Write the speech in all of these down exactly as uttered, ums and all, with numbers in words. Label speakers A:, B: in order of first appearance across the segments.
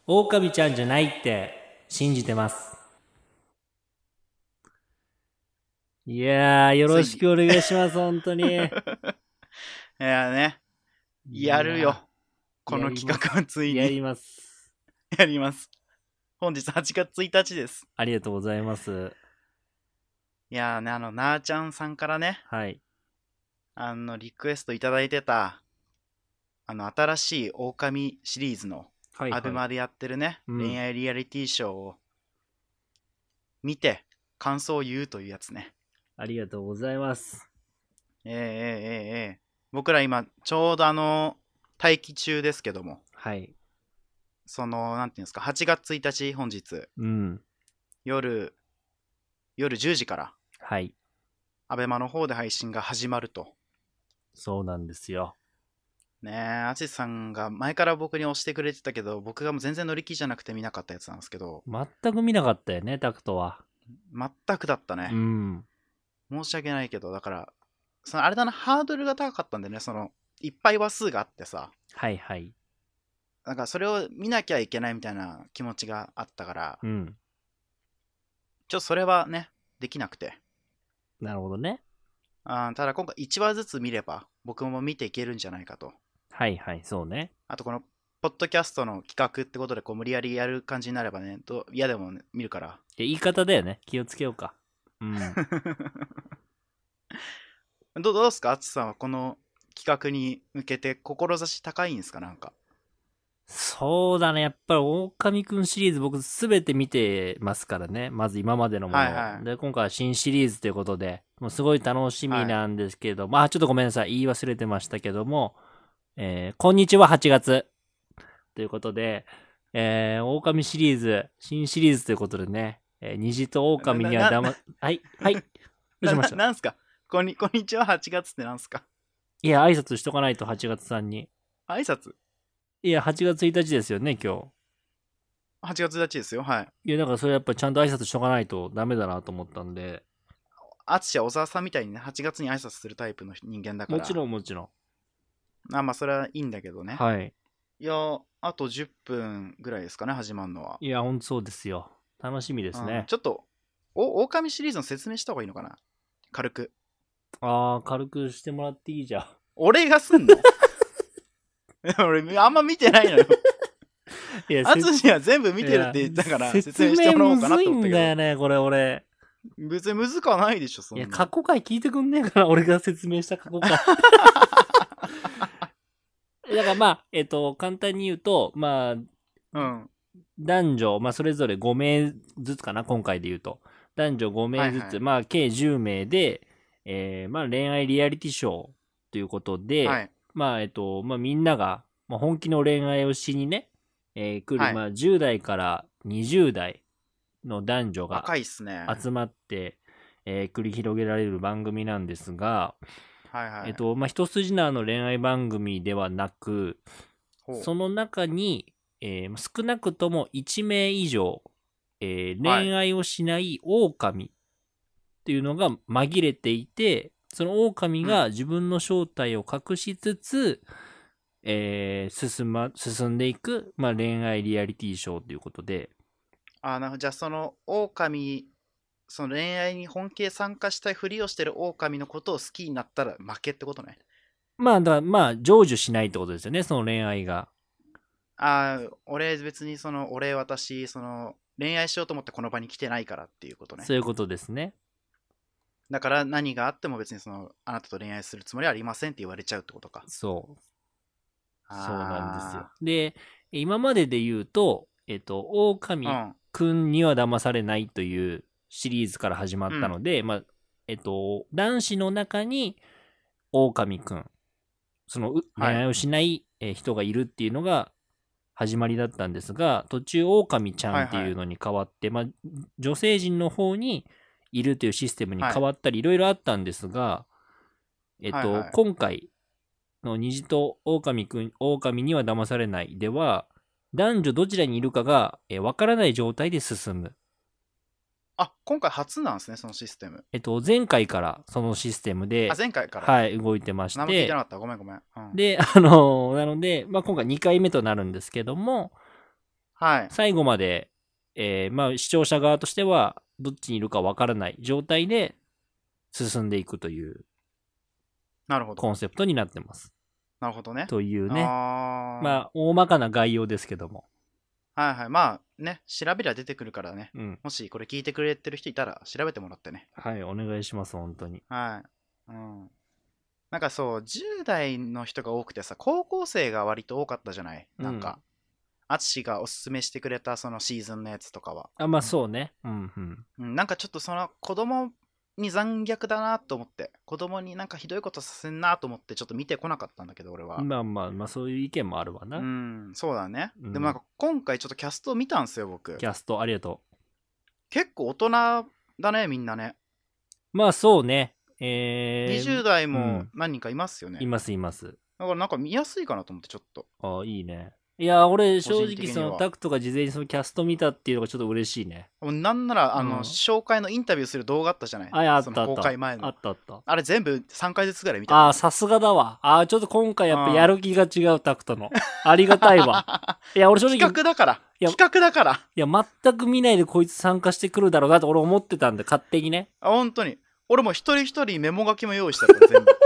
A: 狼ちゃんじゃないって信じてます。いやー、よろしくお願いします、本当に。い
B: やね、やるよ。この企画はついに。
A: やります。
B: やります。本日はちがつついたちです。
A: ありがとうございます。
B: いやーね、あの、なーちゃんさんからね、
A: はい。
B: あの、リクエストいただいてた、あの、新しい狼シリーズの、
A: はいはい、
B: アベマでやってるね、
A: うん、
B: 恋愛リアリティショーを見て、感想を言うというやつね。
A: ありがとうございます。
B: えー、えー、えー、えー、僕ら今、ちょうどあの、待機中ですけども、
A: はい。
B: その、なんていうんですか、はちがつついたち、本日、
A: うん、
B: 夜、夜じゅうじから、
A: はい。
B: アベマの方で配信が始まると。
A: そうなんですよ。
B: ねえ、アジさんが前から僕に押してくれてたけど、僕がもう全然乗り気じゃなくて見なかったやつなんですけど。
A: 全く見なかったよね、タクトは。
B: 全くだったね。
A: うん。
B: 申し訳ないけど、だから、そのあれだな、ハードルが高かったんでね、その、いっぱい話数があってさ。
A: はいはい。
B: なんかそれを見なきゃいけないみたいな気持ちがあったから、
A: うん。
B: ちょっとそれはね、できなくて。
A: なるほどね。
B: あただ今回いちわずつ見れば、僕も見ていけるんじゃないかと。
A: はいはい、そうね。
B: あとこの、ポッドキャストの企画ってことで、こう無理やりやる感じになればね、ど嫌でも、ね、見るから。
A: 言い方だよね。気をつけようか。うん。
B: ど, どうですか、あつさんはこの企画に向けて志高いんですか、なんか。
A: そうだね。やっぱり、狼くんシリーズ僕すべて見てますからね。まず今までのもの。
B: はいはい、
A: で、今回は新シリーズということで、もうすごい楽しみなんですけど、はい、まあちょっとごめんなさい。言い忘れてましたけども、えー、こんにちははちがつ。ということで、えー、狼シリーズ、新シリーズということでね、えー、虹と狼にはだま、はい、はい。どうしました？
B: な、なんすかこんに、こんにちははちがつってなんすか？
A: いや、挨拶しとかないとはちがつさんに。
B: 挨拶？
A: いや、はちがつついたちですよね、今日。
B: はちがつついたちですよ、はい。
A: いや、だからそれやっぱちゃんと挨拶しとかないとダメだなと思ったんで。
B: あつしは小沢さんみたいにね、はちがつに挨拶するタイプの人間だから。
A: もちろんもちろん。
B: あ、まあそれはいいんだけどね。
A: はい。
B: いや、あとじゅっぷんぐらいですかね、始まるのは。
A: いや、ほんとそうですよ。楽しみですね。
B: うん、ちょっと、お、狼シリーズの説明した方がいいのかな、軽く。
A: あー、軽くしてもらっていいじゃん。
B: 俺がすんの？俺、あんま見てないのよ。いや、あつしは全部見てるって言ったから、説明してもらおうかなと思ったけど。
A: 説明むずいんだよね、これ俺。
B: 別にむずかないでしょ、そんな。
A: いや、過去回聞いてくんねえから、俺が説明した過去回。だからまあ、えっと、簡単に言うと、まあ、
B: うん、
A: 男女、まあ、それぞれごめいずつかな、今回で言うと。男女ごめいずつ、はいはい、まあ、計じゅうめいで、えー、まあ、恋愛リアリティショーということで、はい、まあ、えっと、まあ、みんなが、まあ、本気の恋愛をしにね、えー、来る、はい、まあ、じゅうだいからにじゅうだいの男女が集まって、えー、繰り広げられる番組なんですが、
B: はいはい、
A: えっと、まあ、一筋縄の恋愛番組ではなく、その中に、えー、少なくともいちめい以上、えー、恋愛をしない狼っていうのが紛れていて、その狼が自分の正体を隠しつつ、うん、えー、進ま、進んでいく、まあ、恋愛リアリティショーということで。
B: あ、なるほど。じゃあその狼、その恋愛に本気で参加したいふりをしてる狼のことを好きになったら負けってことね。
A: まあ、だからまあ、成就しないってことですよね、その恋愛が。
B: ああ、俺別にその、俺私、その、恋愛しようと思ってこの場に来てないからっていうことね。
A: そういうことですね。
B: だから何があっても別にその、あなたと恋愛するつもりはありませんって言われちゃうってことか。
A: そう。そうなんですよ。で、今までで言うと、えっと、狼くんには騙されないというシリーズから始まったので、うん、まあ、えっと、男子の中に狼くん、その恋愛をしない人がいるっていうのが始まりだったんですが、途中狼ちゃんっていうのに変わって、はいはい、まあ、女性陣の方にいるというシステムに変わったり、いろいろあったんですが、えっと、はいはい、今回の虹と狼くん、狼には騙されないでは、男女どちらにいるかがえわからない状態で進む。
B: あ、今回初なんですね、そのシステム。
A: えっと、前回からそのシステムで、
B: あ、前回から
A: はい、動いてまして。
B: 何も聞いてなかった。ごめんごめん。うん、
A: で、あのー、なので、まあ、今回にかいめとなるんですけども、
B: はい。
A: 最後まで、えー、まあ視聴者側としてはどっちにいるかわからない状態で進んでいくという
B: なるほど。
A: コンセプトになってます。
B: なるほどね。
A: というね。
B: あ
A: まあ大まかな概要ですけども。
B: はいはい。まあね、調べりゃ出てくるからね。
A: うん。
B: もしこれ聞いてくれてる人いたら調べてもらってね。
A: はい、お願いします、本当に。
B: はい。うん。なんかそう、じゅう代の人が多くてさ、高校生が割と多かったじゃない、うん、なんか。淳がおすすめしてくれたそのシーズンのやつとかは。
A: あ、まあそうね。うん
B: うん。なんかちょっとその子供に残虐だなと思って、子供になんかひどいことさせんなと思ってちょっと見てこなかったんだけど、俺は。
A: まあまあまあ、そういう意見もあるわな。
B: うん、そうだね。
A: うん、
B: でもなんか今回ちょっとキャストを見たんすよ、僕。
A: キャスト、ありがとう。
B: 結構大人だね、みんなね。
A: まあそうね。えー、
B: にじゅう代も何人かいますよね。
A: うん、いますいます。
B: だからなんか見やすいかなと思ってちょっと。
A: ああ、いいね。いや、俺正直そのタクとか事前にそのキャスト見たっていうのがちょっと嬉しいね。
B: もうなんならあの、うん、紹介のインタビューする動画あったじゃない。
A: あ、あったあった。
B: 公開前の。
A: あったあった。
B: あれ全部さんかいずつぐらい見た。
A: ああ、さすがだわ。ああ、ちょっと今回やっぱやる気が違うタクトの。ありがたいわ。いや、俺正直。
B: 企画だから。企画だから。
A: いや、全く見ないでこいつ参加してくるだろうなと俺思ってたんで、勝手にね。
B: あ、本当に。俺も一人一人メモ書きも用意したから全部。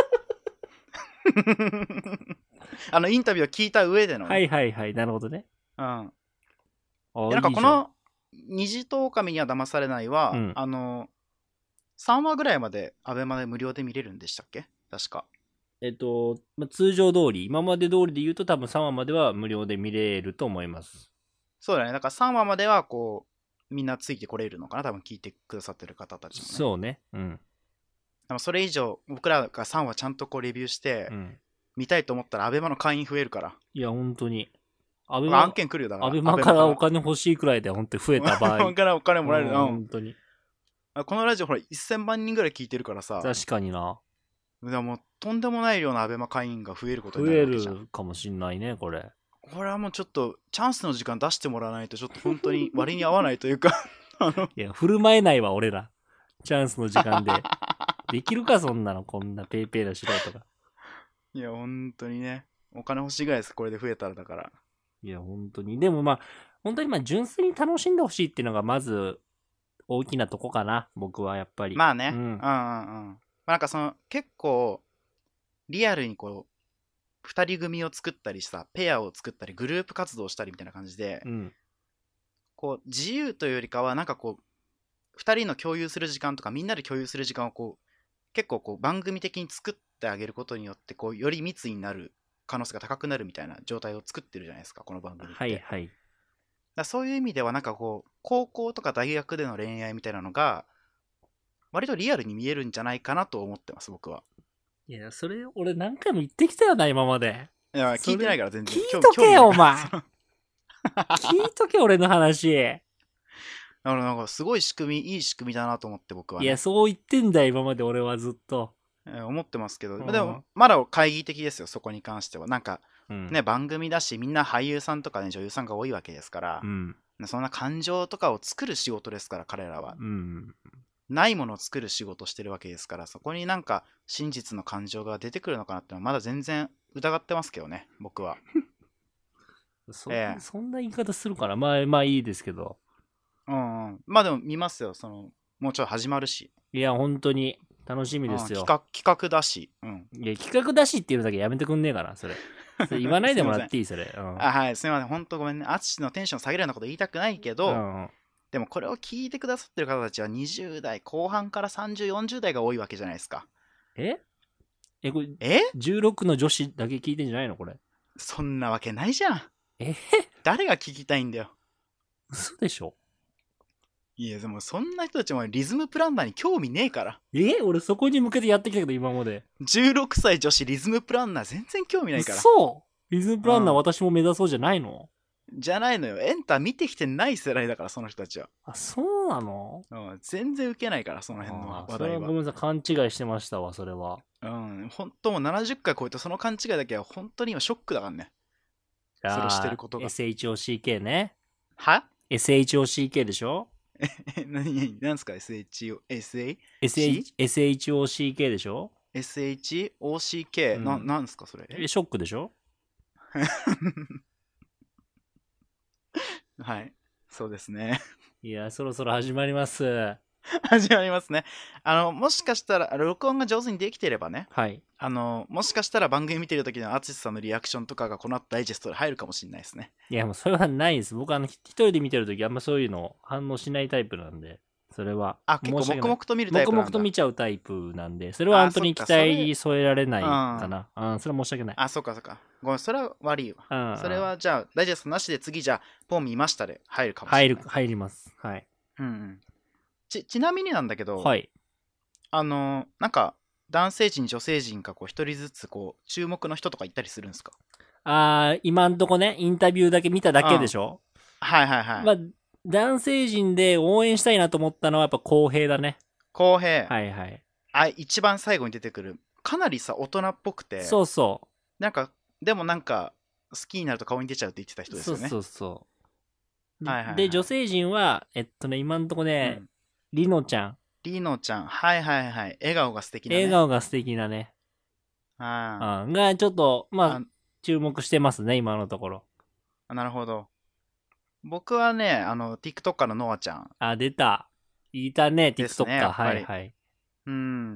B: あのインタビューを聞いた上での、
A: ね、はいはいはい、なるほどね。
B: うん。いやなんかこの虹と狼には騙されないは、うん、あのさんわぐらいまでアベマで無料で見れるんでしたっけ、確か。
A: えっと、まあ、通常通り今まで通りで言うと多分さんわまでは無料で見れると思います。
B: そうだね。だからさんわまではこうみんなついてこれるのかな、多分聞いてくださってる方たちも、ね、
A: そうね。うん。
B: でもそれ以上僕らがさんわちゃんとこうレビューして、うん、見たいと思ったらアベマの会員増えるから。
A: いや本当に
B: アベマ案件来るよ。だから
A: アベマからお金欲しいくらいで本当に増えた場合
B: アベマからお金もらえるな、
A: うん、本当に。
B: このラジオほらせんまんにんぐらい聞いてるからさ。
A: 確かにな。
B: でもとんでもない量のアベマ会員が増えることになるわけじゃん。
A: 増えるかもしんないねこれ。
B: これはもうちょっとチャンスの時間出してもらわないとちょっと本当に割に合わないというか
A: あのいや振る舞えないわ俺らチャンスの時間でできるかそんなの、こんなペイペイな素人が。
B: いや本当にね、お金欲しいぐらいです、これで増えたら。だから
A: いや本当に。でもまあ本当にまあ純粋に楽しんでほしいっていうのがまず大きなとこかな、僕はやっぱり。
B: まあね、うん、うんうんうん。まあ、なんかその結構リアルにこうふたり組を作ったりさ、ペアを作ったりグループ活動したりみたいな感じで、うん、こう自由というよりかはなんかこうふたりの共有する時間とかみんなで共有する時間をこう結構こう番組的に作ってあげることによってこうより密になる可能性が高くなるみたいな状態を作ってるじゃないですか、この番組って。
A: はいはい。
B: だそういう意味ではなんかこう高校とか大学での恋愛みたいなのが割とリアルに見えるんじゃないかなと思ってます、僕は。
A: いやそれ俺何回も言ってきたよな今まで。
B: いや聞いてないから全然。
A: 聞いとけよお前聞いとけ俺の話。
B: だからなんかすごい仕組み、いい仕組みだなと思って僕は、ね。
A: いやそう言ってんだよ今まで俺はずっと。
B: えー、思ってますけど、でもまだ懐疑的ですよ、そこに関しては。なんか、うん、ね、番組だしみんな俳優さんとかね女優さんが多いわけですから、うん、そんな感情とかを作る仕事ですから彼らは、うん、ないものを作る仕事してるわけですから、そこになんか真実の感情が出てくるのかなってのはまだ全然疑ってますけどね、僕は。
A: そ, えー、そんな言い方するからまあまあいいですけど、
B: うん、うん、まあでも見ますよ、そのもうちょい始まるし。
A: いや本当に楽しみですよ。
B: 企画、企画だし、うん、
A: いや企画だしっていうのだけやめてくんねえかなそれ。それ言わないでもらっていいそれ、うん、
B: あはいすみません、本当ごめんね、淳のテンション下げるようなこと言いたくないけど、うん、でもこれを聞いてくださってる方たちはにじゅう代後半からさんじゅう、よんじゅう代が多いわけじゃないですか。
A: ええこれ
B: え
A: じゅうろくの女子だけ聞いてんじゃないのこれ。
B: そんなわけないじゃん。
A: え
B: 誰が聞きたいんだよ。
A: 嘘でしょ。
B: いやでもそんな人たちもリズムプランナーに興味ねえから。
A: え俺そこに向けてやってきたけど今まで。
B: じゅうろくさい女子リズムプランナー全然興味ないから。
A: そうリズムプランナー私も目指そうじゃないの、
B: うん、じゃないのよ。エンタ見てきてない世代だからその人たちは。
A: あそうなの、
B: うん、全然ウケないからその辺の話題は。それは
A: ごめんなさい勘違いしてましたわそれは。
B: うん本当もうななじゅっかい超えたその勘違いだけは本当に今ショックだからね。それをしてることが。
A: エスエイチオーシーケー ね。
B: は
A: エスエイチオーシーケー でしょ。
B: え、何、何、何すか ?エスエイチオー、エスエイチ？
A: エスエイチオーシーケー でしょ
B: エスエイチオーシーケー、うん、な、なんすかそれ。
A: え、ショックでしょ
B: はい。そうですね。
A: いや、そろそろ始まります。
B: 始まりますね。あの、もしかしたら、録音が上手にできていればね、
A: はい。
B: あの、もしかしたら番組見てる時の淳さんのリアクションとかがこの後ダイジェストで入るかもしれないですね。
A: いや、もうそれはないです。僕あの、一人で見てる時あんまそういうの反応しないタイプなんで、それは。
B: あ、結構黙々と見るタイプなんだ。
A: 黙々と見ちゃうタイプなんで、それは本当に期待添えられないかな。うん、それは申し訳ない。
B: あ、そっかそっか。ごめん、それは悪いわ。うん、それはじゃあ、ダイジェストなしで次じゃあ、ポン見ましたで入るかもしれない。
A: 入る、入ります。はい。
B: うんうん。ち、ちなみになんだけど、
A: はい。
B: あの、なんか、男性陣、女性陣か、こう、一人ずつ、こう、注目の人とかいたりするんですか？
A: あー、今んとこね、インタビューだけ見ただけでしょ？
B: うん、はいはいはい。
A: まあ、男性陣で応援したいなと思ったのはやっぱ公平だね。
B: 公平。
A: はいはい。
B: あ、一番最後に出てくる。かなりさ、大人っぽくて。
A: そうそう。
B: なんか、でもなんか、好きになると顔に出ちゃうって言ってた人ですよね。
A: そうそうそう。
B: はいはいはい、
A: で、女性陣は、えっとね、今んとこね、うん、りのちゃん。
B: りのちゃん。はいはいはい。笑顔が素敵なね。
A: 笑顔が素敵なね。ああ。が、ちょっと、まあ、注目してますね、今のところ。
B: あ、なるほど。僕はね、あの、TikToker のノアちゃん。
A: あ、出た。いたね、TikToker。ね、はいはい。
B: うん。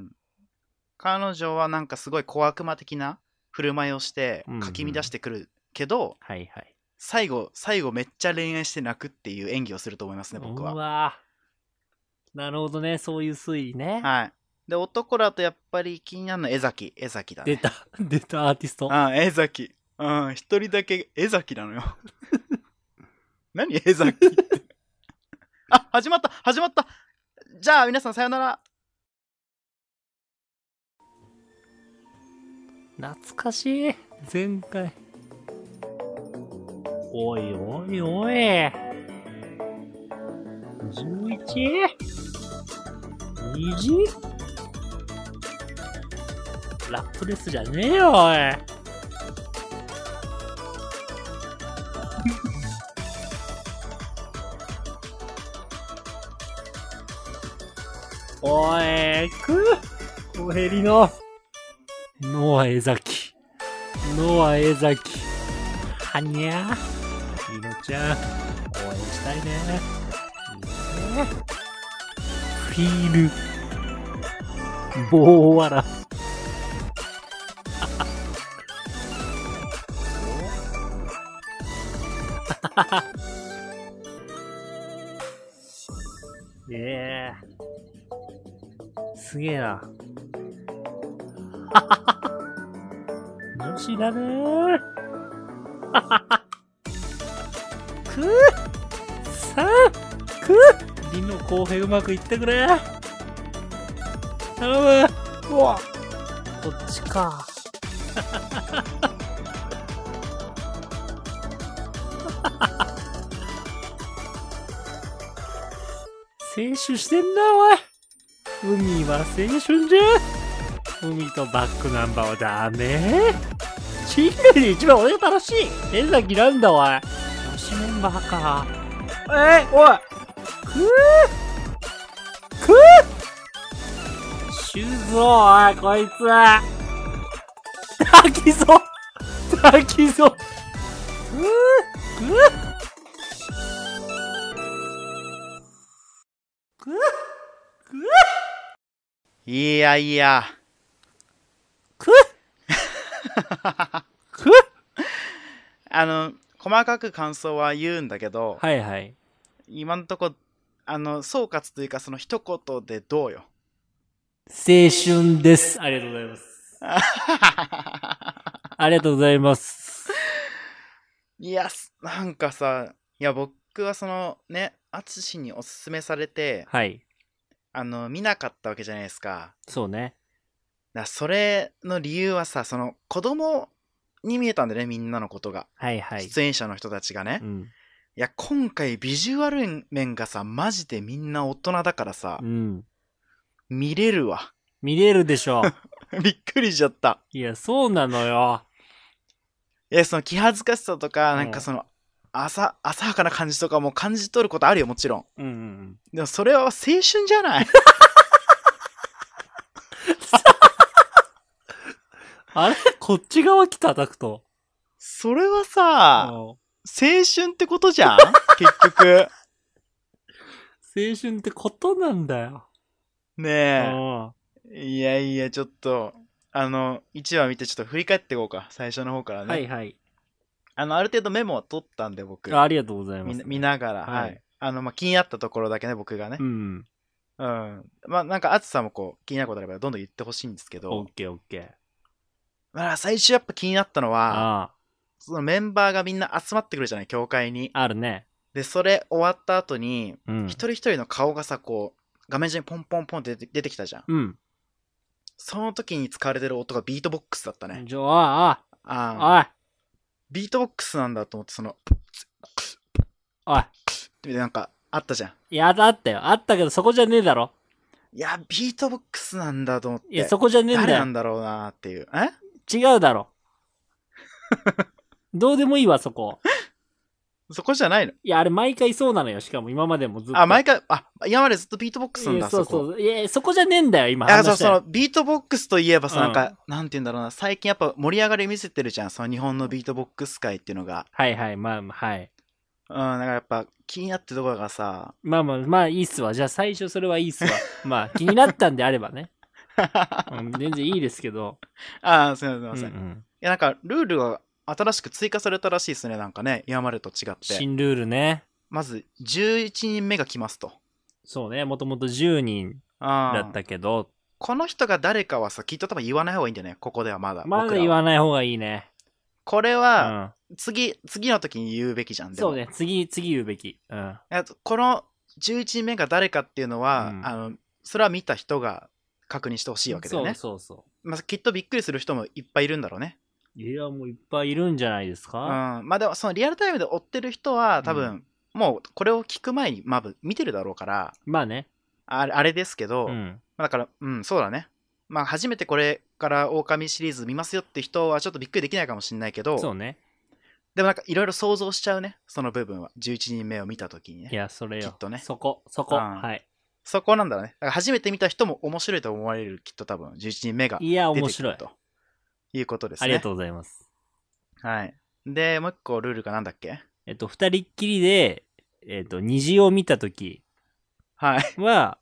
B: 彼女はなんかすごい小悪魔的な振る舞いをしてかき乱してくるけど、うんうん、
A: はいはい。
B: 最後、最後めっちゃ恋愛して泣くっていう演技をすると思いますね、僕は。
A: うわなるほどね、そういう推理ね。
B: はい。で、男だとやっぱり気になるのは江崎。江崎だね。
A: 出た。出たアーティスト。
B: ああ、江崎。うん、一人だけ江崎なのよ。何江崎って。あ、始まった始まった。じゃあ皆さんさよなら。
A: 懐かしい。前回。おいおいおい。じゅういち？ に 時？ラップレスじゃねえよ、おい。おい、くおへりの。ノア江崎。ノア江崎。はにゃー。りのちゃん、応援したいね。いいね。フィール。棒わら。ええー。すげえな。女子だねー。くーさんくーりの公平うまくいってくれ。頼む。うわこっちか。青春してんな、おい。海は青春じゃん。海とバックナンバーはダメ。チームで一番俺が楽しい。江崎なんだ、おい。女子メンバーか。えー、おい。くーくーシューズを、おい、こいつ。泣きそう。泣きそう。くーくーくく
B: いやいや。
A: くく
B: あの、細かく感想は言うんだけど、
A: はいはい。
B: 今んとこ、あの、総括というか、その一言でどうよ。
A: 青春です。ありがとうございます。ありがとうございます。
B: いや、なんかさ、いや、僕はそのね、淳におすすめされて、
A: はい。
B: あの、見なかったわけじゃないですか。
A: そうね。
B: だそれの理由はさ、その子供に見えたんだよね、みんなのことが。
A: はいはい。
B: 出演者の人たちがね。
A: うん、
B: いや、今回ビジュアル面がさ、マジでみんな大人だからさ、
A: うん、
B: 見れるわ。
A: 見れるでしょ。
B: びっくりしちゃった。
A: いや、そうなのよ。
B: いや、その気恥ずかしさとか、なんかその、浅、浅はかな感じとかも感じ取ることあるよ、もちろん。
A: うんうんうん、
B: でもそれは青春じゃない
A: あれこっち側来た、タクト。
B: それはさ、青春ってことじゃん結局。
A: 青春ってことなんだよ。
B: ねえ。いやいや、ちょっと、あの、いちわ見てちょっと振り返っていこうか。最初の方からね。
A: はいはい。あ
B: の、ある程度メモは取ったんで、僕。
A: あ、ありがとうございます、ね。
B: 見ながら、はい。はい、あの、まあ、気になったところだけね、僕がね。うん。うん。まあ、なんか、あつさんもこう、気になることあればどんどん言ってほしいんですけど。
A: オッケーオッケー。
B: まあ、最初やっぱ気になったのは、あそのメンバーがみんな集まってくるじゃない、教会に。
A: あるね。
B: で、それ終わった後に、うん、一人一人の顔がさ、こう、画面上にポンポンポンって出て出てきたじゃん。うん。その時に使われてる音がビートボックスだったね。
A: じゃあ、ああ、
B: ああ。ビートボックスなんだと思って、その、おい。ってなんか、あったじゃん。
A: いや、あったよ。あったけど、そこじゃねえだろ。
B: いや、ビートボックスなんだと思って。
A: いや、そこじゃねえんだよ。
B: 誰なんだろうなっていう。え
A: 違うだろ。どうでもいいわ、そこ。
B: そこじゃないの？
A: いや、あれ毎回そうなのよ。しかも今までもずっと。
B: あ、毎回、あ、今までずっとビートボックスなんだ、
A: そうそう。いや、そこじゃねえんだよ、今。
B: いや、そう、その、ビートボックスといえばさ、うん、なんか、なんて言うんだろうな、最近やっぱ盛り上がり見せてるじゃん、その日本のビートボックス界っていうのが。
A: はいはい、まあ、はい。
B: うん、だからやっぱ気になってるところがさ。
A: まあまあ、まあいいっすわ。じゃあ最初それはいいっすわ。まあ、気になったんであればね。うん、全然いいですけど。
B: ああ、すいません、すいません。うんうん、いや、なんか、ルールが新しく追加されたらしいですね、なんかね、今までと違って。
A: 新ルールね。
B: まず、じゅういちにんめが来ますと。
A: そうね、もともとじゅうにんだったけど。
B: この人が誰かはさ、きっと多分言わない方がいいんだよね、ここではまだ。
A: まだ言わない方がいいね。
B: これは、うん、次、次の時に言うべきじゃん。
A: そうね、次、次言うべき。うん。
B: このじゅういちにんめが誰かっていうのは、うん、あの、それは見た人が確認してほしいわけだよね。
A: そうそうそう。
B: まあ、きっとびっくりする人もいっぱいいるんだろうね。
A: いや、もういっぱいいるんじゃないですか。
B: うん。まあでも、そのリアルタイムで追ってる人は、多分、うん、もうこれを聞く前に、まあ、見てるだろうから。
A: まあね。
B: あれ、あれですけど、うん、だから、うん、そうだね。まあ、初めてこれから狼シリーズ見ますよって人はちょっとびっくりできないかもしれないけど、
A: そうね。
B: でもなんかいろいろ想像しちゃうね、その部分は。じゅういちにんめを見たときにね。
A: いや、それよ。
B: きっとね。
A: そこ、そこ、うん、はい。
B: そこなんだね。だから初めて見た人も面白いと思われる、きっと多分、じゅういちにんめが出てくると。いや、面白い。ということですね。
A: ありがとうございます。
B: はい。で、もう一個ルールがなんだっけ？
A: えっと、二人っきりで、えっと、虹を見たときは、はい、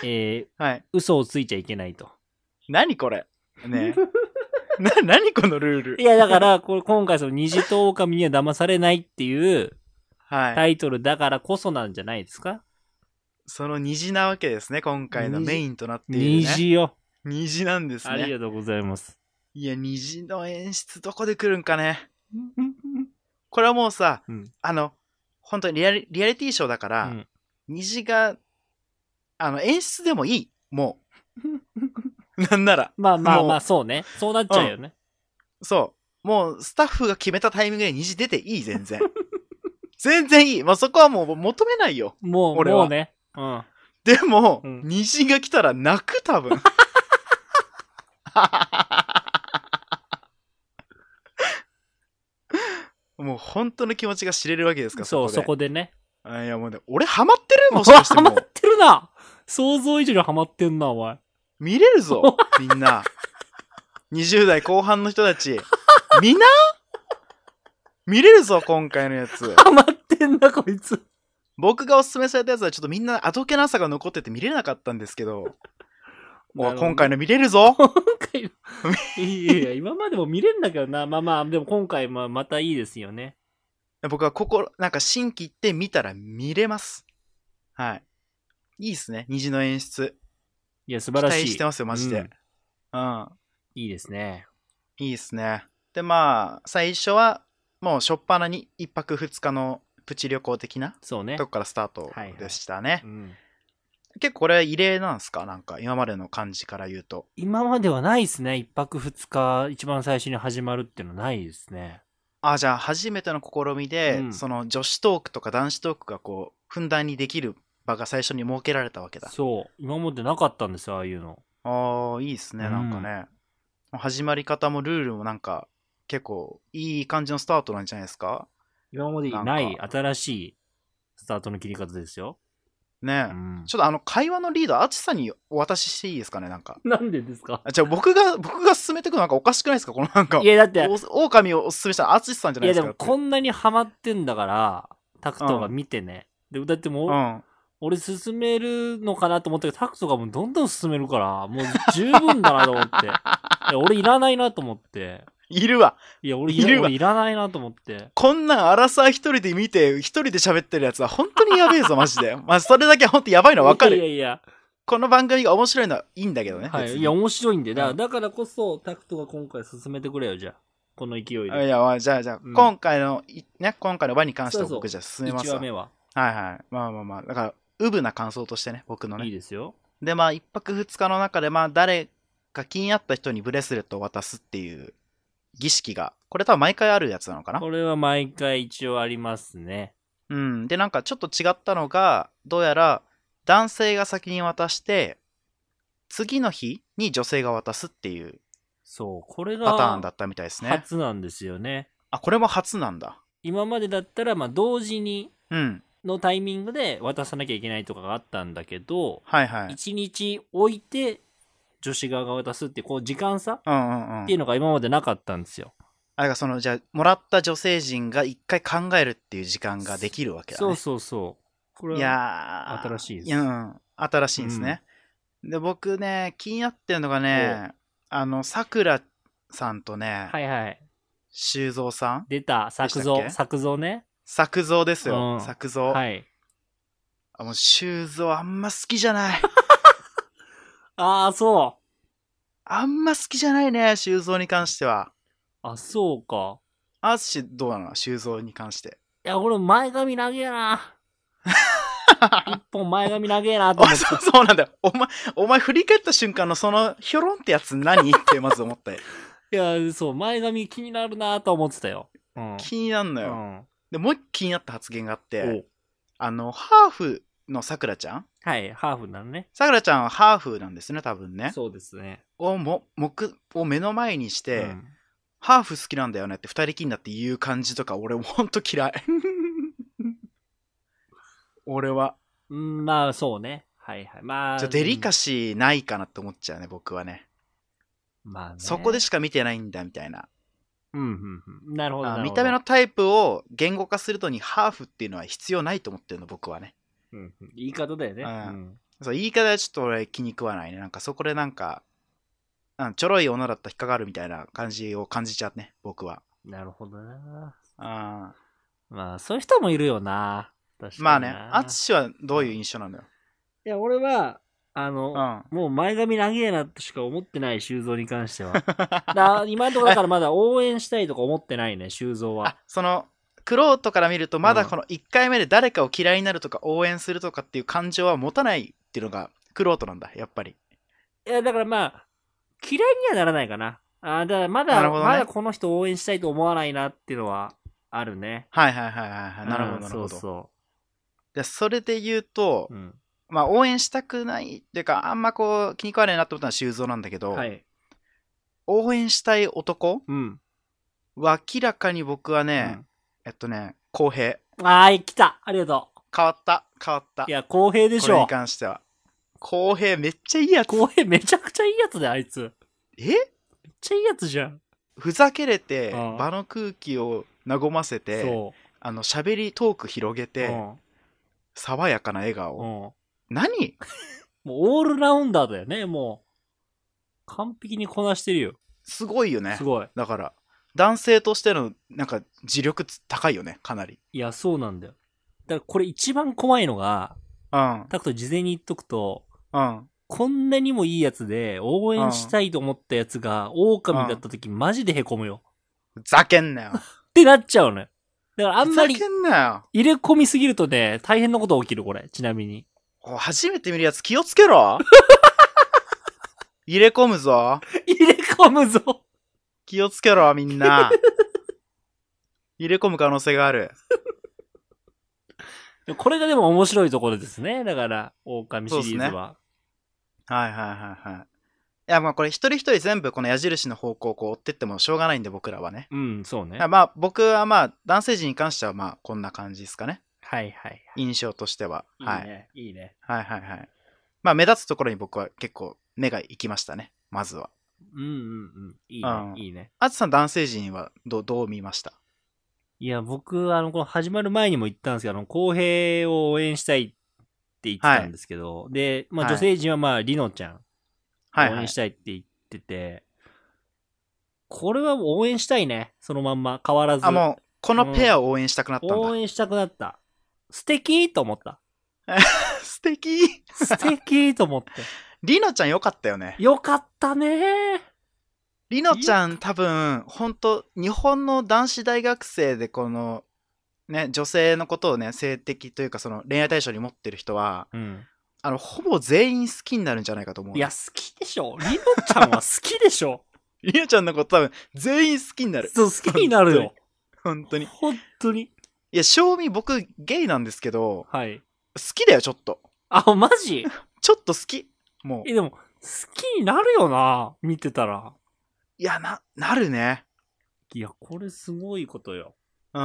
A: えー、はい、嘘をついちゃいけないと。
B: 何これねえ。な、何このルール。
A: いや、だから、これ今回その虹と狼には騙されないっていうタイトルだからこそなんじゃないですか？はい、
B: その虹なわけですね、今回のメインとなっている、ね。
A: 虹よ。
B: 虹なんですね。
A: ありがとうございます。
B: いや、虹の演出どこで来るんかね。これはもうさ、うん、あの、本当にリアリ、リアリティショーだから、うん、虹が、あの、演出でもいい。もう。なんなら。
A: まあまあまあ、そうね。そうなっちゃうよね、
B: うん。そう。もう、スタッフが決めたタイミングで虹出ていい、全然。全然いい。もうそこはもう求めないよ。
A: もう、俺はもうね。うん。
B: でも、うん、虹が来たら泣く、多分。もう本当の気持ちが知れるわけですか、
A: そう、そこでね。
B: あ、いやもうね、俺ハマってるもしかしてもう。
A: ハマってるな。想像以上にハマってんな、お前。
B: 見れるぞ、みんな。にじゅう代後半の人たち。みんな見れるぞ、今回のやつ。
A: ハマってんな、こいつ。
B: 僕がおすすめされたやつはちょっとみんなあどけなさが残ってて見れなかったんですけど。もう今回の見れるぞ。
A: 今回のいやいや、今までも見れんだけどな。まあまあ、でも今回もまたいいですよね。
B: 僕はここ、なんか新規行って見たら見れます。はい。いいっすね、虹の演出。
A: いや、素晴らしい。
B: 期待してますよ、マジで。うん。うん、
A: いいですね。
B: いいっすね。で、まあ、最初は、もう初っ端にいっぱくふつかのプチ旅行的な
A: そうね。
B: とこからスタートでしたね。
A: はいはい、うん、
B: 結構これ異例なんですか？なんか今までの感じから言うと。
A: 今まではないですね。一泊二日一番最初に始まるっていうのはないですね。
B: あ、じゃあ初めての試みで、うん、その女子トークとか男子トークがこうふんだんにできる場が最初に設けられたわけだ。
A: そう。今までなかったんですよ、ああいうの。
B: ああ、いいですね、なんかね。うん、始まり方もルールもなんか結構いい感じのスタートなんじゃないですか？
A: 今までにない新しいスタートの切り方ですよ。
B: ねえ、うん、ちょっとあの会話のリード、あちさんにお渡ししていいですかね、なんか。
A: なんでですか？
B: あ、じゃあ僕が、僕が進めていくのなんかおかしくないですか？このなんか。
A: いや、だって、
B: 狼をおすすめしたあちさんじゃないですか。
A: いや、でもこんなにハマってんだから、 タクトが見てね。うん、で、だってもう、うん、俺進めるのかなと思ったけど、タクトがもうどんどん進めるから、もう十分だなと思って。いや、俺いらないなと思って。
B: いるわ。
A: いや、俺いるわ。俺いらないなと思って。
B: こんなんアラサー一人で見て、一人で喋ってるやつは本当にやべえぞ、マジで。まあ、それだけ本当やばいの分かる。
A: いやいやいや。
B: この番組が面白いのはいいんだけどね。
A: はい。いや、面白いんで。だから、だからこそ、タクトが今回進めてくれよ、じゃあ。この勢いで。
B: いや、じゃあ、じゃあ、うん、今回の、ね、今回の輪に関しては僕じゃあ進めますわ。
A: いちわめは。
B: はいはい。まあまあまあ。だから、うぶな感想としてね、僕のね。
A: いいですよ。
B: で、まあ、一泊二日の中で、まあ、誰か気になった人にブレスレットを渡すっていう儀式が、これ多分毎回あるやつなのかな？
A: これは毎回一応ありますね。
B: うん。で、なんかちょっと違ったのが、どうやら、男性が先に渡して、次の日に女性が渡すっていう、
A: そう、これが
B: パターンだったみたいですね。
A: 初なんですよね。
B: あ、これも初なんだ。
A: 今までだったら、まあ、同時に、
B: うん。
A: のタイミングで渡さなきゃいけないとかがあったんだけど、
B: はいはい。
A: 一日置いて女子側が渡すっていうこう時間差、
B: うんうんうん、
A: っていうのが今までなかったんですよ。
B: あれがそのじゃあもらった女性陣が一回考えるっていう時間ができるわけだね。
A: そうそうそう。これは新しいです。
B: いや、うん、新しいですね。うん、で僕ね気になってるのがね、あのさくらさんとね、
A: はいはい。
B: 修造さん
A: 出た作造作造ね。
B: 作造ですよ、うん、作造。
A: はい。
B: あ、もう修造あんま好きじゃない。
A: ああ、そう。
B: あんま好きじゃないね、修造に関しては。
A: あ、そうか。
B: あつしどうなの、修造に関して。
A: いや、俺前髪長えな。一本前髪長えなと思って。
B: そう、そうなんだよ。お前、お前振り返った瞬間のそのひょろんってやつ何ってまず思った。い
A: や、そう、前髪気になるなと思ってたよ。
B: うん、気になるのよ。うん、で、もう一個気になった発言があって、あの、ハーフのさくらちゃん、
A: はい、ハーフなのね。
B: さくらちゃんはハーフなんですね、多分ね。
A: そうですね。
B: をも、目を目の前にして、うん、ハーフ好きなんだよねって二人きりになって言う感じとか、俺もほんと嫌い。俺は。
A: うん、まあ、そうね。はいはい。まあ。
B: ちょデリカシーないかなって思っちゃうね、僕はね。
A: まあね。
B: そこでしか見てないんだ、みたいな。
A: うんうんうん。なるほど。
B: 見た目のタイプを言語化するのにハーフっていうのは必要ないと思ってるの、僕はね。
A: うん、言い方だよね。うん、
B: そう言い方はちょっと俺気に食わないね。なんかそこでなんか、うん、ちょろい女だったら引っかかるみたいな感じを感じちゃうね、僕は。
A: なるほどな。
B: あ
A: まあ、そういう人もいるよな。
B: 確かにな。まあね、あつしはどういう印象なのよ。
A: いや、俺は、あの、うん、もう前髪長えなとしか思ってない、修造に関しては。だ今のところだからまだ応援したいとか思ってないね、修造は。
B: あ、その、クロートから見るとまだこのいっかいめで誰かを嫌いになるとか応援するとかっていう感情は持たないっていうのがクロートなんだ、やっぱり。
A: いや、だからまあ、嫌いにはならないかな。あだからまだ、ね、まだこの人応援したいと思わないなっていうのはあるね。
B: はいはいはいはい。なるほどなるほど。そうそう。で、それで言うと、うん、まあ応援したくないっていうか、あんまこう気に食わないなって思ったのは修造なんだけど、はい、応援したい男は明らかに僕はね、うん、えっとね、公平。
A: あー、来た。ありがとう。
B: 変わった。変わった。
A: いや、公平でしょ。これ
B: に関しては。公平めっちゃいいやつ。
A: 公平めちゃくちゃいいやつだよ、あいつ。
B: え
A: めっちゃいいやつじゃん。
B: ふざけれて、場の空気を和ませて、あの、喋りトーク広げて、爽やかな笑顔。何
A: もうオールラウンダーだよね、もう。完璧にこなしてるよ。
B: すごいよね。
A: すごい。
B: だから、男性としての、なんか、自力高いよね、かなり。
A: いや、そうなんだよ。だからこれ一番怖いのが、うん。タクト事前に言っとくと、うん。こんなにもいいやつで、応援したいと思ったやつが、狼だった時、マジでへこむよ。
B: ふざけんなよ。
A: ってなっちゃうのよ。だからあんまり、
B: ふざけんなよ。
A: 入れ込みすぎるとね、大変なこと起きる、これ。ちなみに。
B: 初めて見るやつ気をつけろ。入れ込むぞ。
A: 入れ込むぞ。
B: 気をつけろ、みんな。入れ込む可能性がある。
A: これがでも面白いところですね。だから、狼シリーズは。ね、
B: はいはいはいはい。いや、まあこれ一人一人全部この矢印の方向をこう追ってってもしょうがないんで、僕らはね。
A: うん、そうね。
B: まあ僕はまあ男性陣に関してはまあこんな感じですかね。
A: はいはい、はい。
B: 印象としては。
A: いいね、いいね。
B: はいはいはい。まあ目立つところに僕は結構目が行きましたね。まずは。
A: うんうんうん。いいね、うん、いいね。
B: あつさん男性陣はどう、どう見ました？
A: いや、僕、あの、この始まる前にも言ったんですけど、あの、公平を応援したいって言ってたんですけど、はい、で、まあ、女性陣はまあ、りのちゃん、応援したいって言ってて、はいはい、これは応援したいね。そのまんま、変わらず。
B: あ、もう、このペアを応援したくなったんだ。
A: 応援したくなった。素敵と思った。
B: 素敵
A: 素敵と思って。
B: りのちゃんよかったよね。
A: よかったね。
B: りのちゃん多分、ほんと、日本の男子大学生でこの、ね、女性のことをね、性的というかその恋愛対象に持ってる人は、うん、あの、ほぼ全員好きになるんじゃないかと思う。
A: いや、好きでしょ。りのちゃんは好きでしょ。
B: りのちゃんのこと多分、全員好きになる。
A: そう、好きになるよ。
B: 本当に。
A: 本当に。
B: いや、正味僕、ゲイなんですけど、
A: はい。
B: 好きだよ、ちょっと。
A: あ、マジ
B: ちょっと好き。もう。
A: え、でも、好きになるよな、見てたら。
B: いや、な、なるね。
A: いや、これすごいことよ。
B: うん。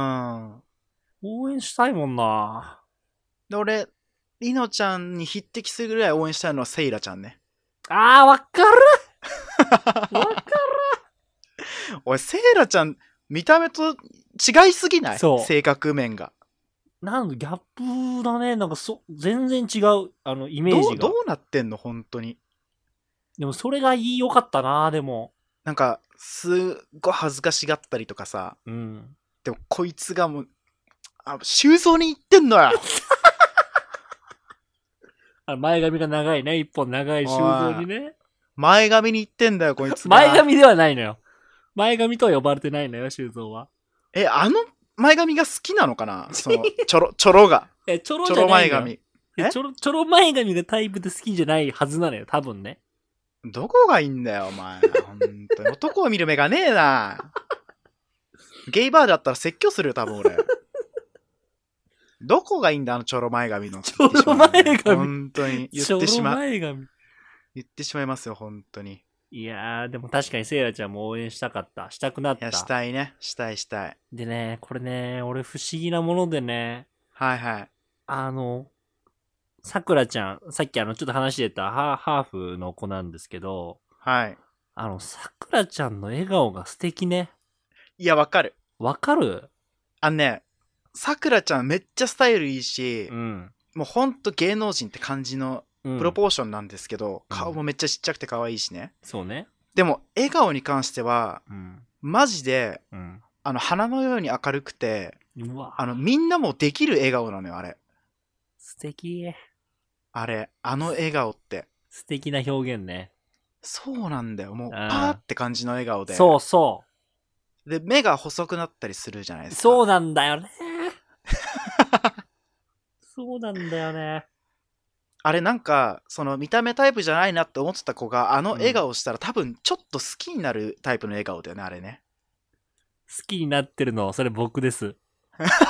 A: 応援したいもんな。
B: で、俺、りのちゃんに匹敵するぐらい応援したいのはセイラちゃんね。
A: あー、わかるわかる
B: おい、セイラちゃん、見た目と違いすぎない？そう。性格面が。
A: なんかギャップだね。なんかそ、全然違う、あの、イメージが。
B: どう、どうなってんの本当に。
A: でもそれがいいよかったな、でも。
B: なんか、すっごい恥ずかしがったりとかさ。
A: うん。
B: でも、こいつがもう、あ、修造に行ってんのよ
A: あ前髪が長いね。一本長い修造にね。
B: 前髪に行ってんだよ、こいつが。
A: 前髪ではないのよ。前髪とは呼ばれてないのよ、修造は。
B: え、あの前髪が好きなのかなその、ちょろ、ちょろが。
A: え、ちょろじゃないのよ。
B: ちょろ前髪。
A: えちょろ、ちょろ前髪がタイプで好きじゃないはずなのよ、多分ね。
B: どこがいいんだよ、お前。本当に。男を見る目がねえな。ゲイバーだったら説教するよ、多分俺。どこがいいんだ、あのちょろ前髪の。
A: ちょろ前髪。
B: 本当に。言ってしまう。
A: ちょろ前髪。
B: 言ってしまいますよ、本当に。
A: いやー、でも確かにセイラちゃんも応援したかった。したくなった。いや、
B: したいね。したいしたい。
A: でね、これね、俺不思議なものでね。
B: はいはい。
A: あの、さくらちゃん、さっきあの、ちょっと話してたハーハーフの子なんですけど。
B: はい。
A: あの、さくらちゃんの笑顔が素敵ね。
B: いや、わかる。
A: わかる？
B: あのね、さくらちゃんめっちゃスタイルいいし、うん、もうほんと芸能人って感じのプロポーションなんですけど、うん、顔もめっちゃちっちゃくて可愛いしね。
A: そうね。
B: でも、笑顔に関しては、うん、マジで、うん、あの、花のように明るくて、うわあの、みんなもできる笑顔なのよ、あれ。
A: 素敵。
B: あれ、あの笑顔って。
A: 素敵な表現ね。
B: そうなんだよ。もう、パーって感じの笑顔で。
A: そうそう。
B: で、目が細くなったりするじゃないですか。
A: そうなんだよね。そうなんだよね。
B: あれなんか、その見た目タイプじゃないなって思ってた子が、あの笑顔したら、うん、多分ちょっと好きになるタイプの笑顔だよね、あれね。
A: 好きになってるの、それ僕です。くー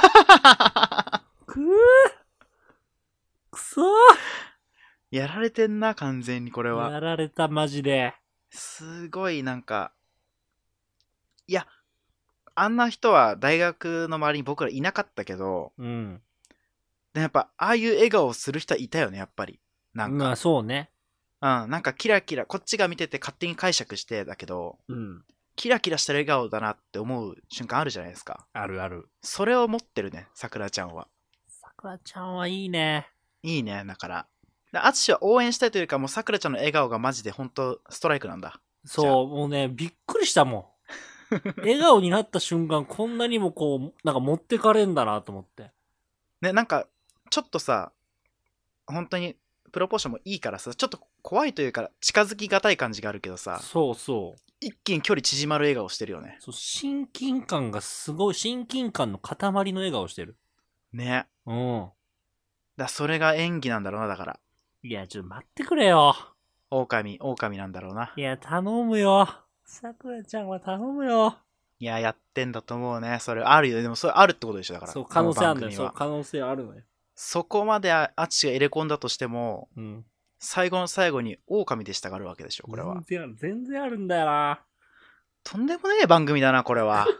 A: くそー
B: やられてんな、完全にこれは。
A: やられた、マジで。
B: すごいなんか、いや、あんな人は大学の周りに僕らいなかったけど、うん。でやっぱ、ああいう笑顔をする人はいたよね、やっぱり。なんか。
A: まあ、そうね。
B: うん、なんかキラキラ、こっちが見てて勝手に解釈してだけど、うん。キラキラした笑顔だなって思う瞬間あるじゃないですか。
A: あるある。
B: それを持ってるね、さくらちゃんは。
A: さくらちゃんはいいね。
B: いいね、だから。あつしは応援したいというか、もうさくらちゃんの笑顔がマジで本当ストライクなんだ。
A: そう、もうね、びっくりしたもん。笑顔になった瞬間、こんなにもこう、なんか持ってかれんだなと思って。
B: ね、なんか、ちょっとさ、本当にプロポーションもいいからさ、ちょっと怖いというか、近づきがたい感じがあるけどさ、
A: そうそう。
B: 一気に距離縮まる笑顔してるよね。
A: そう、親近感がすごい、親近感の塊の笑顔してる。
B: ね。
A: うん。
B: だそれが演技なんだろうな、だから。
A: いや、ちょっと待ってくれよ。
B: 狼、狼なんだろうな。
A: いや、頼むよ。さくらちゃんは頼むよ。
B: いや、やってんだと思うね。それあるよ。でもそれあるってことでしょ、だから。
A: そう、可能性あるのよ。そう、可能性あるのよ。
B: そこまであっちが入れ込んだとしても、うん、最後の最後に狼でしたがるわけでしょ、これは。
A: 全然ある、全然あるんだよな。
B: とんでもねえ番組だな、これは。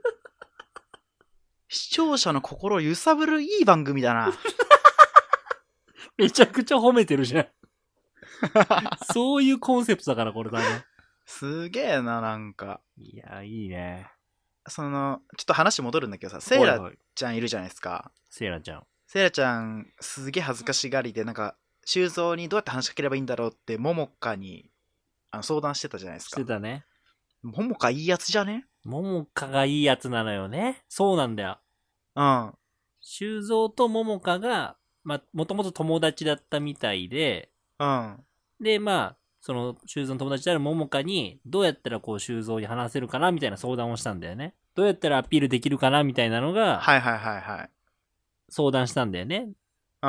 B: 視聴者の心を揺さぶるいい番組だな。
A: めちゃくちゃ褒めてるじゃん。そういうコンセプトだから、これだね。
B: すげえな、なんか。
A: いや、いいね。
B: そのちょっと話戻るんだけどさ、セイラちゃんいるじゃないですか。はいはい、
A: セイラちゃん
B: セイラちゃんすげえ恥ずかしがりで、なんか修造にどうやって話しかければいいんだろうってももかにあの相談してたじゃないですか。
A: してたね。
B: ももかいいやつじゃね？
A: ももかがいいやつなのよね。そうなんだよ。
B: うん。
A: 修造とももかが、まあ、もともと友達だったみたいで、
B: うん。
A: で、まあ、その修造の友達であるももかに、どうやったらこう修造に話せるかなみたいな相談をしたんだよね。どうやったらアピールできるかなみたいなのが、
B: はいはいはいはい。
A: 相談したんだよね。
B: うん。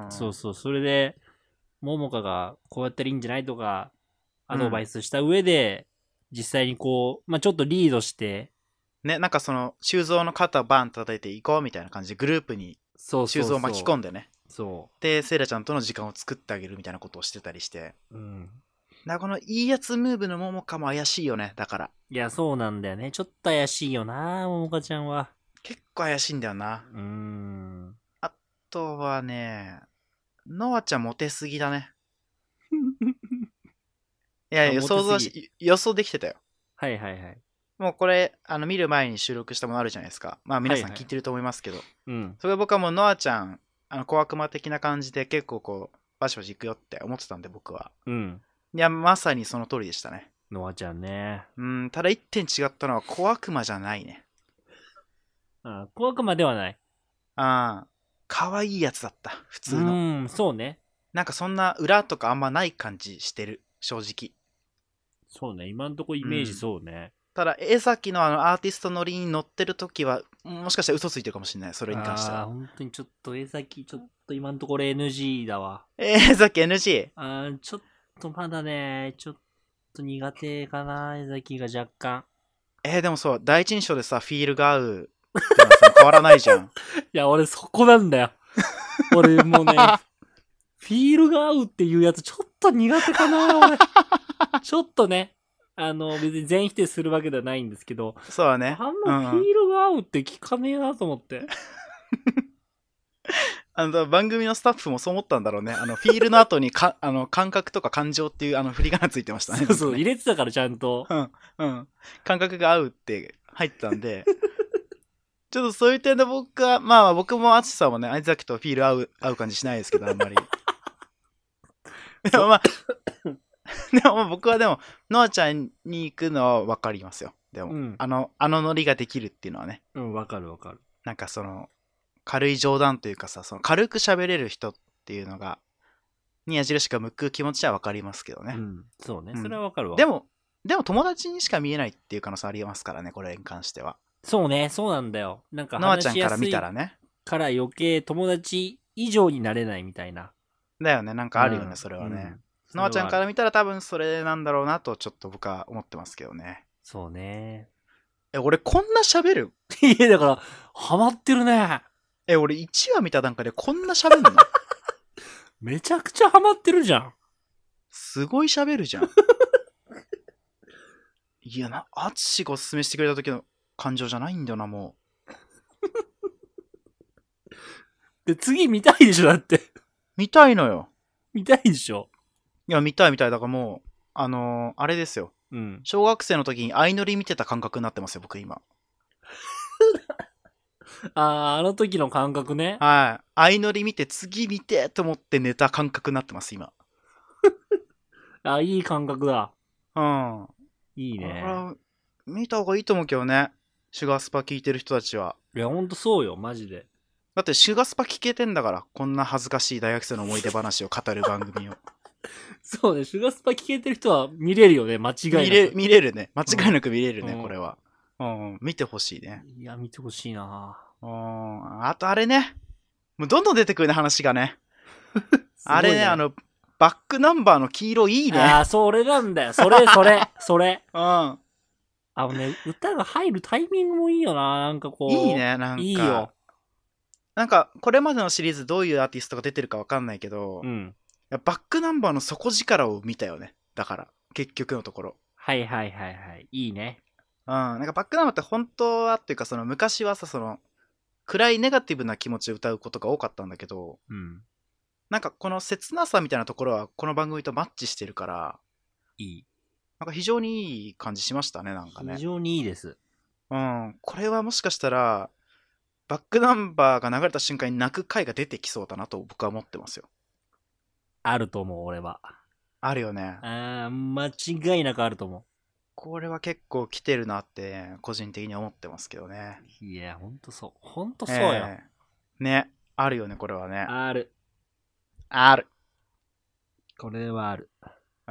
A: そうそう。それで、ももかがこうやったらいいんじゃないとか、アドバイスした上で、うん、実際にこう、まあ、ちょっとリードして、
B: ね、なんかその、修造の肩バン叩いていこうみたいな感じでグループに、修造を巻き込んでね。
A: そう。
B: で、セイラちゃんとの時間を作ってあげるみたいなことをしてたりして。
A: うん。
B: だからこのいいやつムーブのももかも怪しいよね、だから。
A: いや、そうなんだよね。ちょっと怪しいよな、ももかちゃんは。
B: 結構怪しいんだよな。
A: うーん。
B: あとはね、ノアちゃんモテすぎだね。いやいや、想像し、予想できてたよ。
A: はいはいはい。
B: もうこれ、あの、見る前に収録したものあるじゃないですか。まあ皆さん聞いてると思いますけど。はいはい、うん。それ僕はもうノアちゃん、あの、小悪魔的な感じで結構こう、バシバシ行くよって思ってたんで僕は。うん。いや、まさにその通りでしたね。
A: ノアちゃんね。
B: うん、ただ一点違ったのは小悪魔じゃないね。
A: ああ、小悪魔ではない。
B: ああ、可愛いやつだった、普通の。
A: うん、そうね。
B: なんかそんな裏とかあんまない感じしてる、正直。
A: そうね、今んとこイメージそうね。
B: うん、ただ、江崎のあのアーティスト乗りに乗ってる時は、もしかしたら嘘ついてるかもしれない、それに関しては。
A: ああ、本当にちょっと江崎、ちょっと今んところ エヌジー だわ。
B: 江崎 エヌジー？
A: ああ、ちょっとまだね、ちょっと苦手かな、江崎が若干。
B: えー、でもそう、第一印象でさ、フィールが合うってのは変わらないじゃん。い
A: や、俺そこなんだよ。俺もうね、フィールが合うっていうやつちょっと苦手かな、俺。ちょっとね、あの、別に全否定するわけではないんですけど、
B: そうだね。
A: あんまフィールが合うって聞かねえなと思って。
B: あの番組のスタッフもそう思ったんだろうね。あのフィールの後にかあの感覚とか感情っていうあの振り仮名ついてましたね。
A: そうそう、入れてたからちゃんと。
B: うんうん。感覚が合うって入ってたんで、ちょっとそういう点で僕は、まあ僕も淳さんもね、相崎とフィール合う合う感じしないですけど、あんまり。でもまあ、でも僕はでも、ノアちゃんに行くのは分かりますよ。でも、うん、あの、あのノリができるっていうのはね。
A: うん、分かる分かる。
B: なんかその、軽い冗談というかさ、その軽く喋れる人っていうのが、に矢印が向く気持ちは分かりますけどね。
A: うん、そうね。それは分かるわ。
B: でも、でも友達にしか見えないっていう可能性ありますからね、これに関しては。
A: そうね、そうなんだよ。なんか
B: ノアちゃんから見たらね。
A: から余計友達以上になれないみたいな。
B: だよね、なんかあるよね、うん、それはね。うん、ノアちゃんから見たら多分それなんだろうなとちょっと僕は思ってますけどね。
A: そうね。
B: え、俺こんな喋る？
A: いや、だから、ハマってるね。
B: え、俺いちわ見た段階でこんな喋るの？
A: めちゃくちゃハマってるじゃん。
B: すごい喋るじゃん。いやな、アツシがおすすめしてくれた時の感情じゃないんだよな、も
A: う。で、次見たいでしょ、だって。
B: 見たいのよ。
A: 見たいでしょ。
B: いや、見たい見たい。だからもう、あのー、あれですよ。うん。小学生の時に相乗り見てた感覚になってますよ、僕今。
A: ああ、あの時の感覚ね。
B: はい。相乗り見て、次見てと思って寝た感覚になってます、今。
A: あ、いい感覚だ。
B: うん。
A: いいね。
B: 見た方がいいと思うけどね。シュガースパ聞いてる人たちは。
A: いや、ほんとそうよ、マジで。
B: だってシュガースパ聞けてんだから。こんな恥ずかしい大学生の思い出話を語る番組を。
A: そうね、シュガースパ聞けてる人は見れるよね、間違いなく。
B: 見れ、見れるね。間違いなく見れるね、うん、これは。うん、見てほしいね。
A: いや、見てほしいな。
B: うん、あとあれね。もうどんどん出てくるね、話がね。ねあれね、あの、バックナンバーの黄色いいね。
A: ああ、それなんだよ。それ、それ、それ。
B: うん。あ
A: のね、歌が入るタイミングもいいよな。なんかこう。
B: いいね、なんか。いいよ。なんか、これまでのシリーズどういうアーティストが出てるかわかんないけど、うん、バックナンバーの底力を見たよね。だから、結局のところ。
A: はいはいはいはい。いいね。
B: うん。なんかバックナンバーって本当はっていうか、その昔はさ、その、暗いネガティブな気持ちで歌うことが多かったんだけど、うん、なんかこの切なさみたいなところはこの番組とマッチしてるから
A: いい。
B: なんか非常にいい感じしましたね、なんかね。
A: 非常にいいです。
B: うん。これはもしかしたら、バックナンバーが流れた瞬間に泣く回が出てきそうだなと僕は思ってますよ。
A: あると思う、俺は。
B: あるよね。
A: あー、間違いなくあると思う。
B: これは結構来てるなって、個人的に思ってますけどね。
A: いや、ほんとそう。ほんとそうよ。え
B: ー、ね。あるよね、これはね。
A: ある。
B: ある。
A: これはある。
B: うん。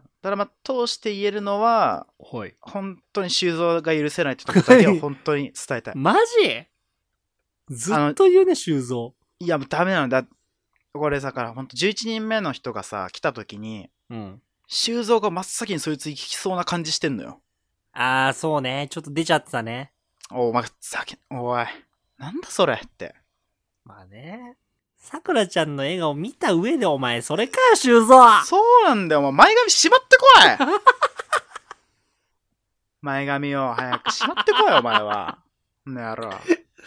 B: ただまあ、通して言えるのは、
A: はい。
B: 本当に修造が許せないってとこだけは本当に伝えたい。
A: マジずっと言うね、修造。
B: いや、もうダメなのだ。これだから本当じゅういちにんめの人がさ、来た時に、うん。修造が真っ先にそいつ行きそうな感じしてんのよ。
A: あー、そうね。ちょっと出ちゃってたね。
B: お前、さけ、おい。なんだそれって。
A: まあね。さくらちゃんの笑顔見た上でお前、それかよ、修造。
B: そうなんだよ、お前、前髪しまってこい前髪を早くしまってこい、お前は。ねやろ。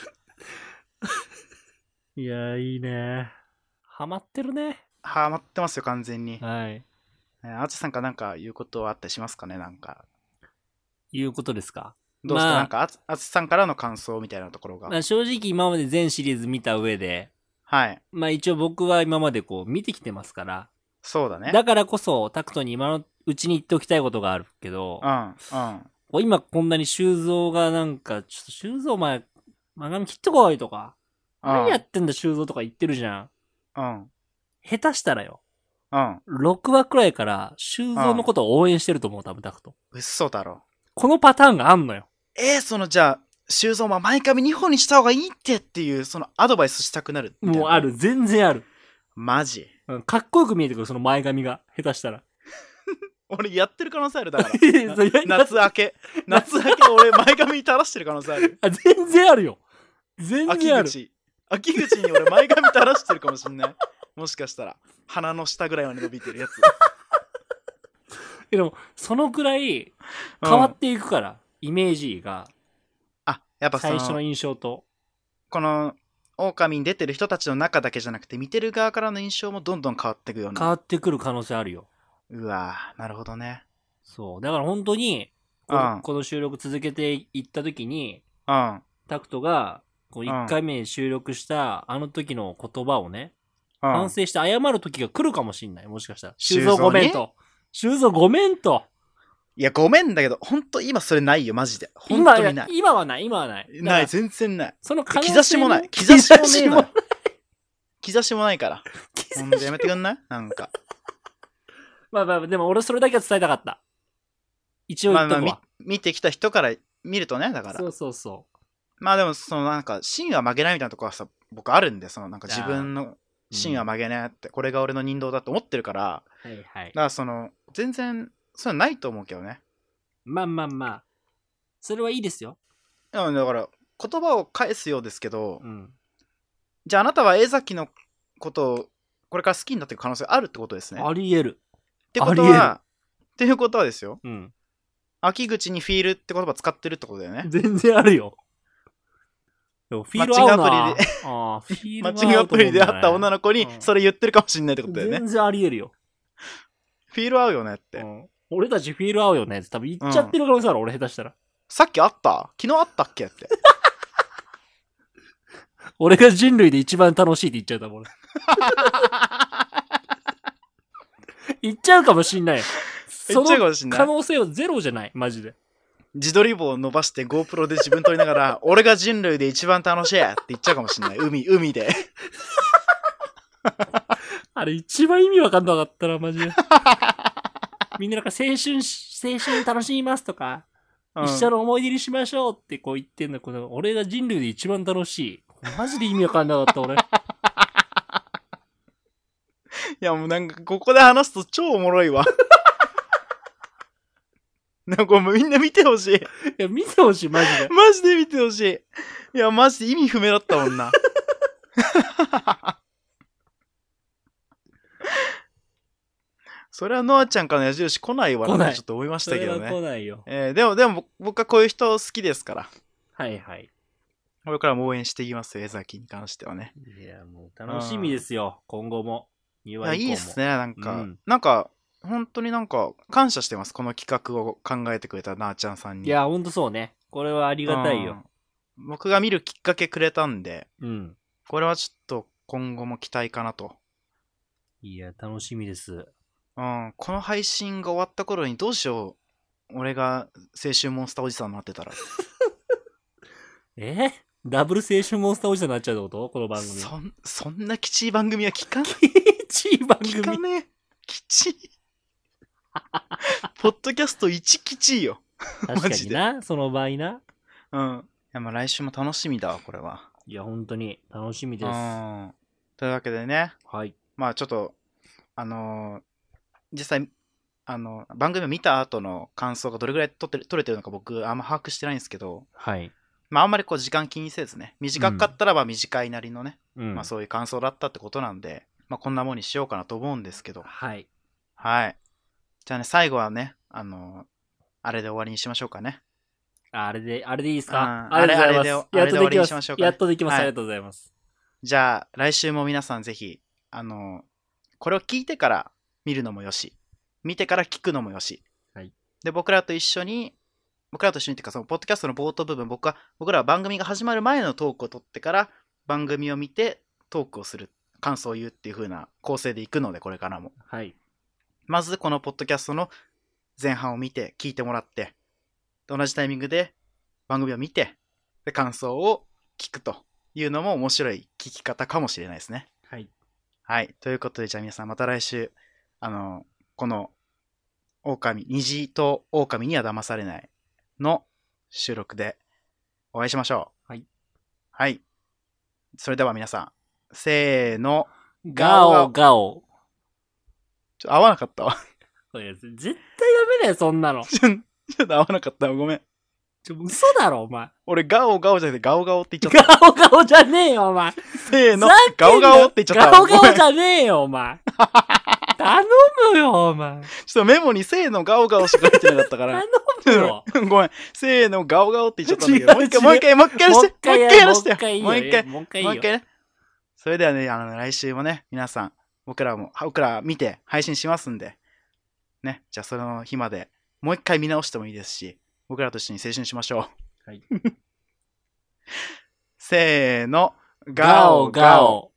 A: いや、いいね。ハマってるね。
B: ハマってますよ、完全に。
A: はい。
B: あつさんかなんか言うことはあったりしますかね、なんか。
A: 言うことですか。
B: どうですか、まあ、なんかあつ、あつさんからの感想みたいなところが。
A: まあ、正直今まで全シリーズ見た上で、はい。まあ一応僕は今までこう見てきてますから。
B: そうだね。
A: だからこそタクトに今のうちに言っておきたいことがあるけど。うん、うん。今こんなに修造がなんか、ちょっと修造お前、前髪切ってこいとか。うん、何やってんだ修造とか言ってるじゃん。うん。下手したらよ。うん。ろくわくらいから修造のことを応援してると思う、多分タクト。
B: 嘘だろ。
A: このパターンがあんのよ。
B: えー、そのじゃあ、修造は前髪にほんにした方がいいってっていう、そのアドバイスしたくなるみたいな。
A: もうある、全然ある。
B: マジ、
A: うん、かっこよく見えてくる、その前髪が。下手したら。
B: 俺やってる可能性あるだから。夏明け。夏明け俺前髪垂らしてる可能性ある。
A: あ、全然あるよ。全然ある。
B: 秋口。秋口に俺前髪垂らしてるかもしんない。もしかしたら。鼻の下ぐらいまで伸びてるやつ。
A: でも、そのくらい変わっていくから、うん、イメージが。
B: あ、やっぱその
A: 最初の印象と。
B: この、狼に出てる人たちの中だけじゃなくて、見てる側からの印象もどんどん変わっていくような。
A: 変わってくる可能性あるよ。
B: うわぁ、なるほどね。
A: そう。だから本当に、この、うん、この収録続けていった時に、うん、タクトが、こういっかいめ収録したあの時の言葉をね、うん、反省して謝る時が来るかもしんない。もしかしたら。修造ごめんと。修造ごめんと。
B: いや、ごめんだけど、ほんと今それないよ、マジで。本当にない。
A: 今、今はない、今はない。
B: ない、全然ない。
A: その可能性
B: 兆しもない。兆しもねえな。兆しもないから。ほんとやめてくんないなんか。
A: まあまあ、でも俺それだけは伝えたかった。一応言っとくわ。まあまあ、
B: 見てきた人から見るとね、だから。
A: そうそうそう。
B: まあでも、そのなんか、芯は曲げないみたいなところはさ、僕あるんで、そのなんか自分の芯は曲げないって、これが俺の人道だと思ってるから、はいはい。だからその、全然、そういうのないと思うけどね。
A: まあまあまあ。それはいいですよ。
B: だから、言葉を返すようですけど、うん、じゃああなたは江崎のことをこれから好きになっていく可能性あるってことですね。
A: あり得る。
B: ってことは、っていうことはですよ。うん。秋口にフィールって言葉使ってるってことだよね。
A: 全然あるよ。
B: フィール合うな。マッチングアプリで、あフィールマッチングアプリで会った女の子にそれ言ってるかもしれないってことだよね。
A: 全然あり得るよ。
B: フィール合うよねって。
A: うん、俺たちフィール合うよねって多分言っちゃってる可能性ある、うん、俺下手したら。
B: さっき会った昨日会ったっけって。
A: 俺が人類で一番楽しいって言っちゃうたもん。言っちゃうかもしんない。その可能性はゼロじゃない、マジで。
B: 自撮り棒を伸ばして GoPro で自分撮りながら、俺が人類で一番楽しいって言っちゃうかもしんない。海、海で。
A: あれ一番意味わかんなかったな、マジで。みんななんか青春、青春楽しみますとか、うん、一緒の思い出にしましょうってこう言ってんの、この俺が人類で一番楽しい。マジで意味わかんなかった、俺。い
B: や、もうなんかここで話すと超おもろいわ。なんかもうみんな見てほしい。い
A: や、見てほしい、マジで。
B: マジで見てほしい。いや、マジで意味不明だったもんな。それはノアちゃんからの矢印来ないわなちょっと思いましたけどね。
A: 来ないよ。
B: えー、でも、でも僕はこういう人好きですから。
A: はいはい。
B: これからも応援していきますよ、江崎に関してはね。
A: いや、もう楽しみですよ、うん、今後も。
B: いや、いいですね、なんか、うん、なんか、本当になんか感謝してます、この企画を考えてくれたなあちゃんさんに。
A: いや、ほんとそうね。 これはありがたいよ。
B: 僕が見るきっかけくれたんで、
A: うん。
B: これはちょっと今後も期待かなと。
A: いや、楽しみです。
B: うん、この配信が終わった頃にどうしよう。俺が青春モンスターおじさんになってたら。
A: えダブル青春モンスターおじさんになっちゃうってことこの番組。
B: そん、そんなきちい番組は聞かん。き
A: ちい番組。
B: 聞かねえ。きちい。ポッドキャストいちきちいよ。
A: 確かにな、その場合な。
B: うん。いや、まあ来週も楽しみだわ、これは。
A: いや、本当に楽しみです。
B: というわけでね。
A: はい。
B: まあちょっと、あのー、実際、あの、番組を見た後の感想がどれぐらい撮ってる、撮れてるのか僕あんま把握してないんですけど、
A: はい。
B: まああんまりこう時間気にせずね、短かったらば短いなりのね、
A: うん、
B: まあそういう感想だったってことなんで、まあこんなもんにしようかなと思うんですけど、
A: はい。
B: はい。じゃあね、最後はね、あの、あれで終わりにしましょうかね。
A: あれで、あれでいいですか？
B: あれ、あれで、あれで終わりにしましょうか、ね。
A: やっとできます、
B: はい。
A: ありがとうございます。
B: じゃあ、来週も皆さんぜひ、あの、これを聞いてから見るのもよし、見てから聞くのもよし。
A: はい。
B: で、僕らと一緒に、僕らと一緒にっていうか、その、ポッドキャストの冒頭部分、僕は、僕らは番組が始まる前のトークを取ってから、番組を見て、トークをする、感想を言うっていう風な構成でいくので、これからも。
A: はい。
B: まず、このポッドキャストの前半を見て、聞いてもらって、同じタイミングで番組を見て、で、感想を聞くというのも面白い聞き方かもしれないですね。
A: はい。
B: はい。ということで、じゃあ皆さんまた来週、あの、この、狼、虹と狼には騙されないの収録でお会いしましょ
A: う。はい。
B: はい。それでは皆さん、せーの。
A: ガオガオ。
B: ちょっと合わなかったわ。
A: 絶対ダメだよ、そんなの。
B: ちょっと合わなかったわ、ごめん。
A: ちょ、嘘だろ、お前。
B: 俺、ガオガオじゃなくてガオガオって言っちゃった。
A: ガオガオじゃねえよ、お前。
B: せーの。ガオガオって言っちゃった。
A: ガオガオじゃねえよ、お前。頼むよ、お前。
B: ちょっとメモにせーのガオガオしか書いてなかったから。
A: 頼むよ。
B: ごめん。せーのガオガオって言っちゃったんだけど。もう一回、もう一回、もう一回やらして。もう一回やらしてよ。もう一回。
A: もう一回。
B: もう一回ね。それではね、あの、来週もね、皆さん、僕らも、僕ら見て配信しますんで、ね。じゃあ、その日まで、もう一回見直してもいいですし、僕らと一緒に青春しましょう。はい。せーの、
A: ガオガオ。